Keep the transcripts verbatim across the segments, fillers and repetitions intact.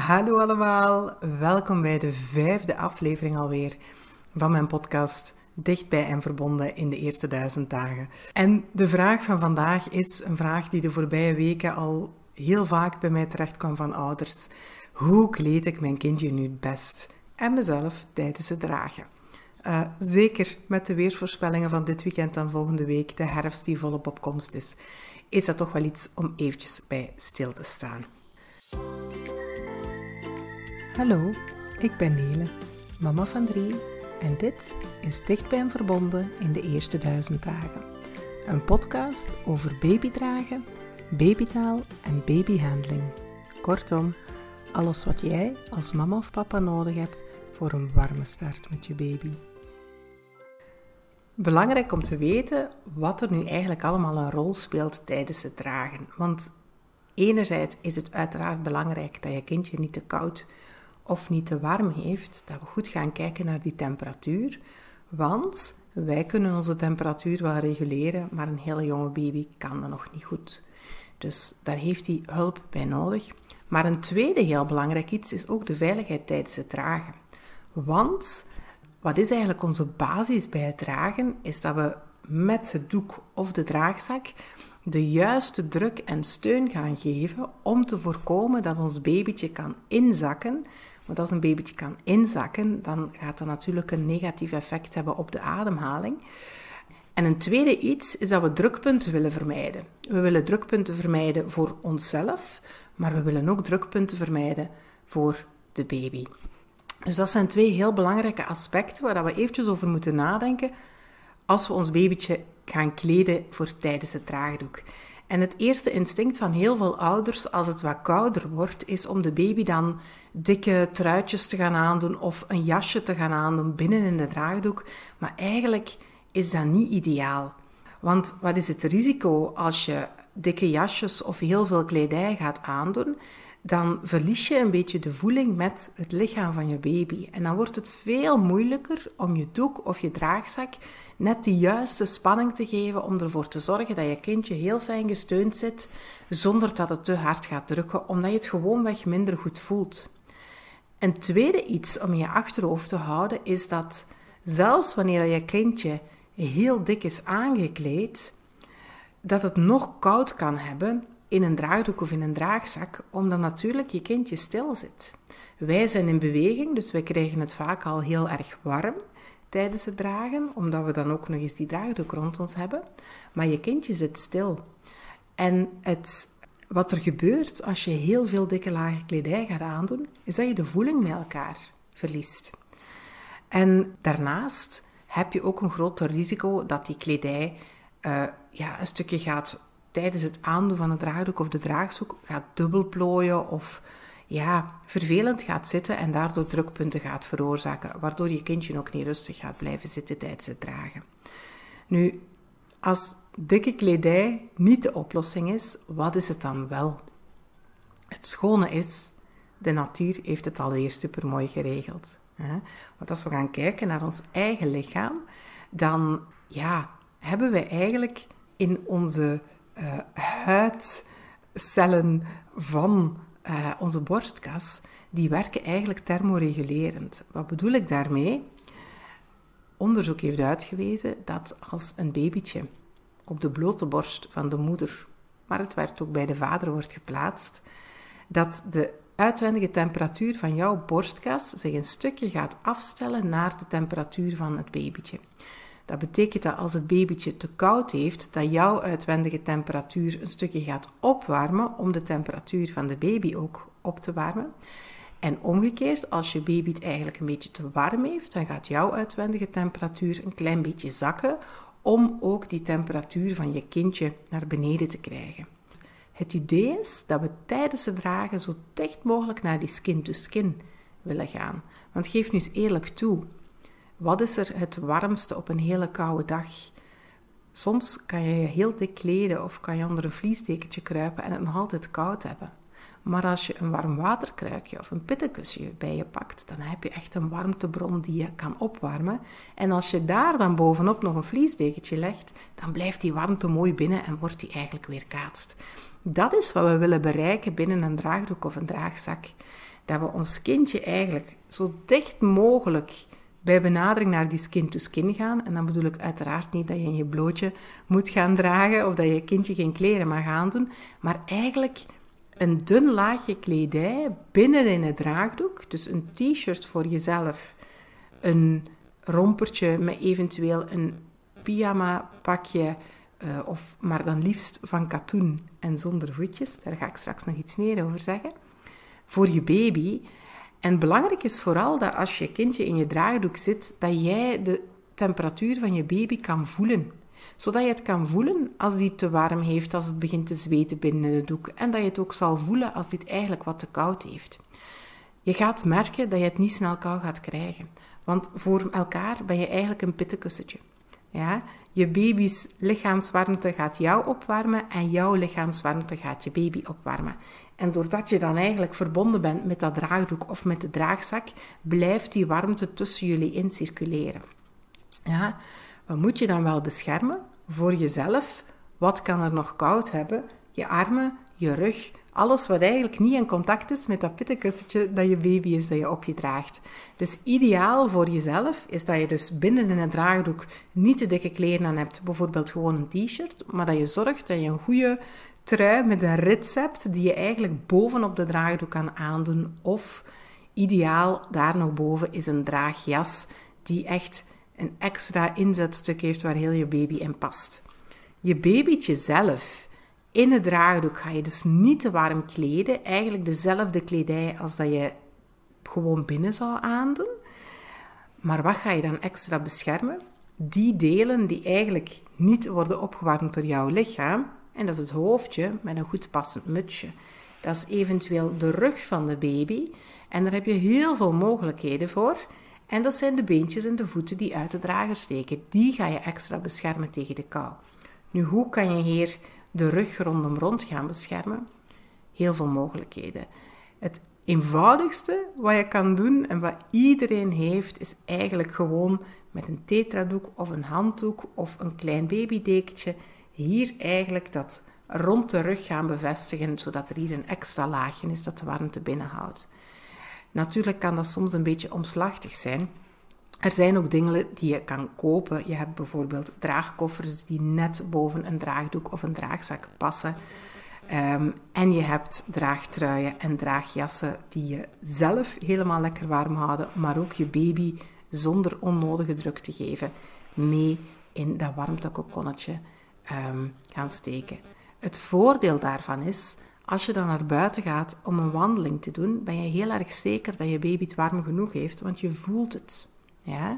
Hallo allemaal, welkom bij de vijfde aflevering alweer van mijn podcast Dichtbij en Verbonden in de eerste duizend dagen. En de vraag van vandaag is een vraag die de voorbije weken al heel vaak bij mij terecht kwam van ouders. Hoe kleed ik mijn kindje nu het best en mezelf tijdens het dragen? Uh, zeker met de weersvoorspellingen van dit weekend en volgende week, de herfst die volop op komst is, is dat toch wel iets om eventjes bij stil te staan. Hallo, ik ben Nele, mama van drie en dit is Dichtbij en Verbonden in de eerste duizend dagen. Een podcast over babydragen, babytaal en babyhandling. Kortom, alles wat jij als mama of papa nodig hebt voor een warme start met je baby. Belangrijk om te weten wat er nu eigenlijk allemaal een rol speelt tijdens het dragen. Want enerzijds is het uiteraard belangrijk dat je kindje niet te koud of niet te warm heeft, dat we goed gaan kijken naar die temperatuur. Want wij kunnen onze temperatuur wel reguleren, maar een hele jonge baby kan dat nog niet goed. Dus daar heeft hij hulp bij nodig. Maar een tweede heel belangrijk iets is ook de veiligheid tijdens het dragen. Want wat is eigenlijk onze basis bij het dragen, is dat we met het doek of de draagzak de juiste druk en steun gaan geven om te voorkomen dat ons babytje kan inzakken. Want als een babytje kan inzakken, dan gaat dat natuurlijk een negatief effect hebben op de ademhaling. En een tweede iets is dat we drukpunten willen vermijden. We willen drukpunten vermijden voor onszelf, maar we willen ook drukpunten vermijden voor de baby. Dus dat zijn twee heel belangrijke aspecten waar we eventjes over moeten nadenken als we ons babytje gaan kleden voor tijdens het draagdoek. En het eerste instinct van heel veel ouders als het wat kouder wordt, is om de baby dan dikke truitjes te gaan aandoen of een jasje te gaan aandoen binnen in de draagdoek. Maar eigenlijk is dat niet ideaal. Want wat is het risico als je dikke jasjes of heel veel kledij gaat aandoen? Dan verlies je een beetje de voeling met het lichaam van je baby. En dan wordt het veel moeilijker om je doek of je draagzak net de juiste spanning te geven om ervoor te zorgen dat je kindje heel fijn gesteund zit, zonder dat het te hard gaat drukken, omdat je het gewoonweg minder goed voelt. Een tweede iets om in je achterhoofd te houden is dat zelfs wanneer je kindje heel dik is aangekleed, dat het nog koud kan hebben in een draagdoek of in een draagzak, omdat natuurlijk je kindje stil zit. Wij zijn in beweging, dus wij krijgen het vaak al heel erg warm tijdens het dragen, omdat we dan ook nog eens die draagdoek rond ons hebben. Maar je kindje zit stil. En het, wat er gebeurt als je heel veel dikke lage kledij gaat aandoen, is dat je de voeling met elkaar verliest. En daarnaast heb je ook een groter risico dat die kledij uh, ja, een stukje gaat tijdens het aandoen van het draagdoek of de draagzoek gaat dubbelplooien of ja, vervelend gaat zitten en daardoor drukpunten gaat veroorzaken, waardoor je kindje ook niet rustig gaat blijven zitten tijdens het dragen. Nu, als dikke kledij niet de oplossing is, wat is het dan wel? Het schone is, de natuur heeft het alweer supermooi geregeld. Hè? Want als we gaan kijken naar ons eigen lichaam, dan ja, hebben we eigenlijk in onze Uh, huidcellen van uh, onze borstkas, die werken eigenlijk thermoregulerend. Wat bedoel ik daarmee? Onderzoek heeft uitgewezen dat als een babytje op de blote borst van de moeder, maar het werd ook bij de vader wordt geplaatst, dat de uitwendige temperatuur van jouw borstkas zich een stukje gaat afstellen naar de temperatuur van het babytje. Dat betekent dat als het babytje te koud heeft, dat jouw uitwendige temperatuur een stukje gaat opwarmen om de temperatuur van de baby ook op te warmen. En omgekeerd, als je baby het eigenlijk een beetje te warm heeft, dan gaat jouw uitwendige temperatuur een klein beetje zakken om ook die temperatuur van je kindje naar beneden te krijgen. Het idee is dat we tijdens het dragen zo dicht mogelijk naar die skin-to-skin willen gaan. Want geef nu eens eerlijk toe. Wat is er het warmste op een hele koude dag? Soms kan je je heel dik kleden of kan je onder een vliesdekentje kruipen en het nog altijd koud hebben. Maar als je een warm waterkruikje of een pittenkussje bij je pakt, dan heb je echt een warmtebron die je kan opwarmen. En als je daar dan bovenop nog een vliesdekentje legt, dan blijft die warmte mooi binnen en wordt die eigenlijk weerkaatst. Dat is wat we willen bereiken binnen een draagdoek of een draagzak. Dat we ons kindje eigenlijk zo dicht mogelijk bij benadering naar die skin-to-skin gaan. En dan bedoel ik uiteraard niet dat je in je blootje moet gaan dragen of dat je kindje geen kleren mag aandoen, maar eigenlijk een dun laagje kledij binnenin het draagdoek. Dus een t-shirt voor jezelf, een rompertje met eventueel een pyjama pakje, uh, of maar dan liefst van katoen en zonder voetjes. Daar ga ik straks nog iets meer over zeggen. Voor je baby. En belangrijk is vooral dat als je kindje in je draagdoek zit, dat jij de temperatuur van je baby kan voelen. Zodat je het kan voelen als die het te warm heeft, als het begint te zweten binnen het doek. En dat je het ook zal voelen als dit eigenlijk wat te koud heeft. Je gaat merken dat je het niet snel kou gaat krijgen. Want voor elkaar ben je eigenlijk een pittenkussentje. Ja? Je baby's lichaamswarmte gaat jou opwarmen en jouw lichaamswarmte gaat je baby opwarmen. En doordat je dan eigenlijk verbonden bent met dat draagdoek of met de draagzak, blijft die warmte tussen jullie in circuleren. Ja? Wat moet je dan wel beschermen? Voor jezelf. Wat kan er nog koud hebben? Je armen, je rug, alles wat eigenlijk niet in contact is met dat pittenkussentje dat je baby is, dat je op je draagt. Dus ideaal voor jezelf is dat je dus binnen in het draagdoek niet te dikke kleren aan hebt, bijvoorbeeld gewoon een t-shirt, maar dat je zorgt dat je een goede trui met een rits hebt die je eigenlijk bovenop de draagdoek kan aandoen. Of ideaal, daar nog boven, is een draagjas die echt een extra inzetstuk heeft waar heel je baby in past. Je babytje zelf in het draagdoek ga je dus niet te warm kleden. Eigenlijk dezelfde kledij als dat je gewoon binnen zou aandoen. Maar wat ga je dan extra beschermen? Die delen die eigenlijk niet worden opgewarmd door jouw lichaam. En dat is het hoofdje met een goed passend mutsje. Dat is eventueel de rug van de baby. En daar heb je heel veel mogelijkheden voor. En dat zijn de beentjes en de voeten die uit de drager steken. Die ga je extra beschermen tegen de kou. Nu, hoe kan je hier de rug rondom rond gaan beschermen? Heel veel mogelijkheden. Het eenvoudigste wat je kan doen en wat iedereen heeft, is eigenlijk gewoon met een tetradoek of een handdoek of een klein babydekentje hier eigenlijk dat rond de rug gaan bevestigen, zodat er hier een extra laagje is dat de warmte binnenhoudt. Natuurlijk kan dat soms een beetje omslachtig zijn. Er zijn ook dingen die je kan kopen. Je hebt bijvoorbeeld draagkoffers die net boven een draagdoek of een draagzak passen. Um, en je hebt draagtruien en draagjassen die je zelf helemaal lekker warm houden, maar ook je baby zonder onnodige druk te geven mee in dat warmtekokonnetje um, gaan steken. Het voordeel daarvan is, als je dan naar buiten gaat om een wandeling te doen, ben je heel erg zeker dat je baby het warm genoeg heeft, want je voelt het. Ja?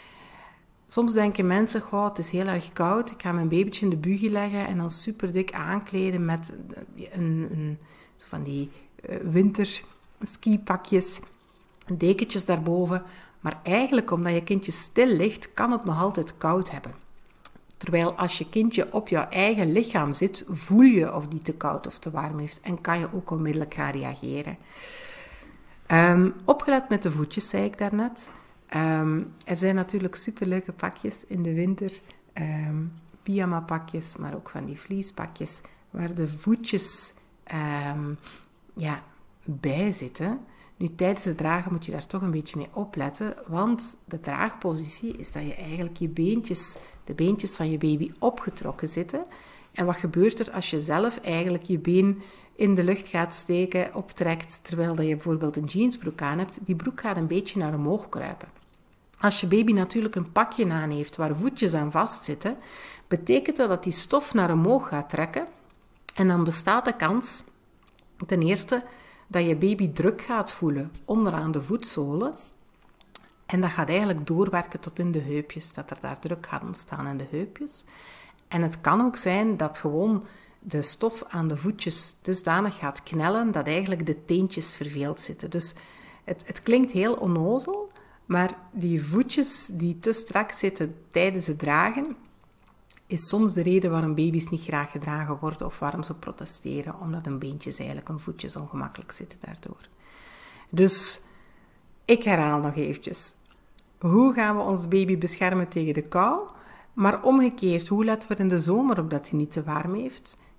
Soms denken mensen, goh, het is heel erg koud, ik ga mijn babytje in de buggy leggen en dan super dik aankleden met een, een, zo van die uh, winterskipakjes, dekentjes daarboven. Maar eigenlijk, omdat je kindje stil ligt, kan het nog altijd koud hebben. Terwijl als je kindje op jouw eigen lichaam zit, voel je of die te koud of te warm heeft en kan je ook onmiddellijk gaan reageren. Um, opgelet met de voetjes, zei ik daarnet. Um, er zijn natuurlijk superleuke pakjes in de winter, um, pyjama pakjes, maar ook van die vliespakjes, waar de voetjes um, ja, bij zitten. Nu, tijdens het dragen moet je daar toch een beetje mee opletten, want de draagpositie is dat je eigenlijk je beentjes, de beentjes van je baby opgetrokken zitten. En wat gebeurt er als je zelf eigenlijk je been in de lucht gaat steken, optrekt, terwijl dat je bijvoorbeeld een jeansbroek aan hebt? Die broek gaat een beetje naar omhoog kruipen. Als je baby natuurlijk een pakje aan heeft waar voetjes aan vastzitten, betekent dat dat die stof naar omhoog gaat trekken. En dan bestaat de kans, ten eerste, dat je baby druk gaat voelen onderaan de voetzolen. En dat gaat eigenlijk doorwerken tot in de heupjes, dat er daar druk gaat ontstaan in de heupjes. En het kan ook zijn dat gewoon de stof aan de voetjes dusdanig gaat knellen dat eigenlijk de teentjes verveeld zitten. Dus het, het klinkt heel onnozel, maar die voetjes die te strak zitten tijdens het dragen, is soms de reden waarom baby's niet graag gedragen worden of waarom ze protesteren, omdat hun beentjes eigenlijk hun voetjes ongemakkelijk zitten daardoor. Dus ik herhaal nog eventjes. Hoe gaan we ons baby beschermen tegen de kou? Maar omgekeerd, hoe letten we in de zomer op dat hij niet te warm heeft?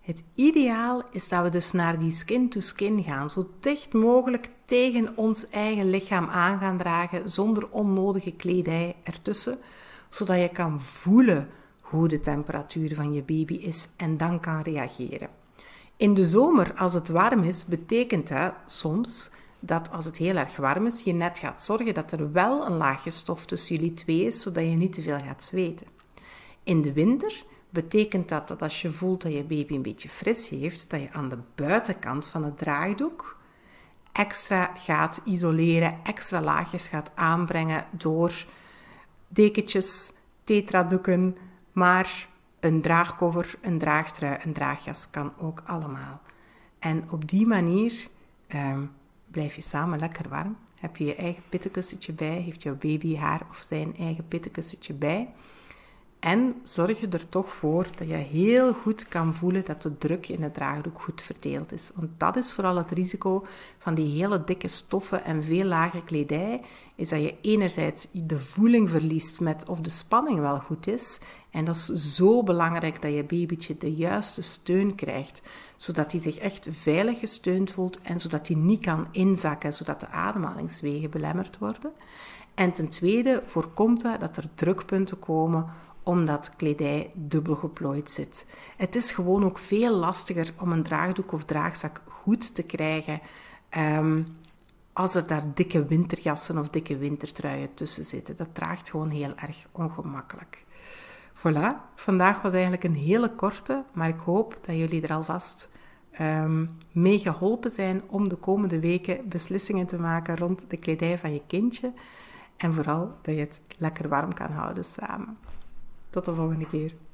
Het ideaal is dat we dus naar die skin-to-skin gaan, zo dicht mogelijk tegen ons eigen lichaam aan gaan dragen, zonder onnodige kledij ertussen, zodat je kan voelen hoe de temperatuur van je baby is en dan kan reageren. In de zomer, als het warm is, betekent dat soms dat als het heel erg warm is, je net gaat zorgen dat er wel een laagje stof tussen jullie twee is, zodat je niet te veel gaat zweten. In de winter betekent dat dat als je voelt dat je baby een beetje fris heeft, dat je aan de buitenkant van het draagdoek extra gaat isoleren, extra laagjes gaat aanbrengen door dekentjes, tetradoeken, maar een draagcover, een draagtrui, een draagjas kan ook allemaal. En op die manier eh, blijf je samen lekker warm. Heb je je eigen pittenkussentje bij, heeft jouw baby haar of zijn eigen pittenkussentje bij. En zorg je er toch voor dat je heel goed kan voelen dat de druk in het draagdoek goed verdeeld is. Want dat is vooral het risico van die hele dikke stoffen en veel lage kledij, is dat je enerzijds de voeling verliest met of de spanning wel goed is. En dat is zo belangrijk dat je babytje de juiste steun krijgt, zodat hij zich echt veilig gesteund voelt en zodat hij niet kan inzakken, zodat de ademhalingswegen belemmerd worden. En ten tweede voorkomt dat dat er drukpunten komen omdat kledij dubbel geplooid zit. Het is gewoon ook veel lastiger om een draagdoek of draagzak goed te krijgen um, als er daar dikke winterjassen of dikke wintertruien tussen zitten. Dat draagt gewoon heel erg ongemakkelijk. Voilà, vandaag was eigenlijk een hele korte, maar ik hoop dat jullie er alvast um, mee geholpen zijn om de komende weken beslissingen te maken rond de kledij van je kindje. En vooral dat je het lekker warm kan houden samen. Tot de volgende keer.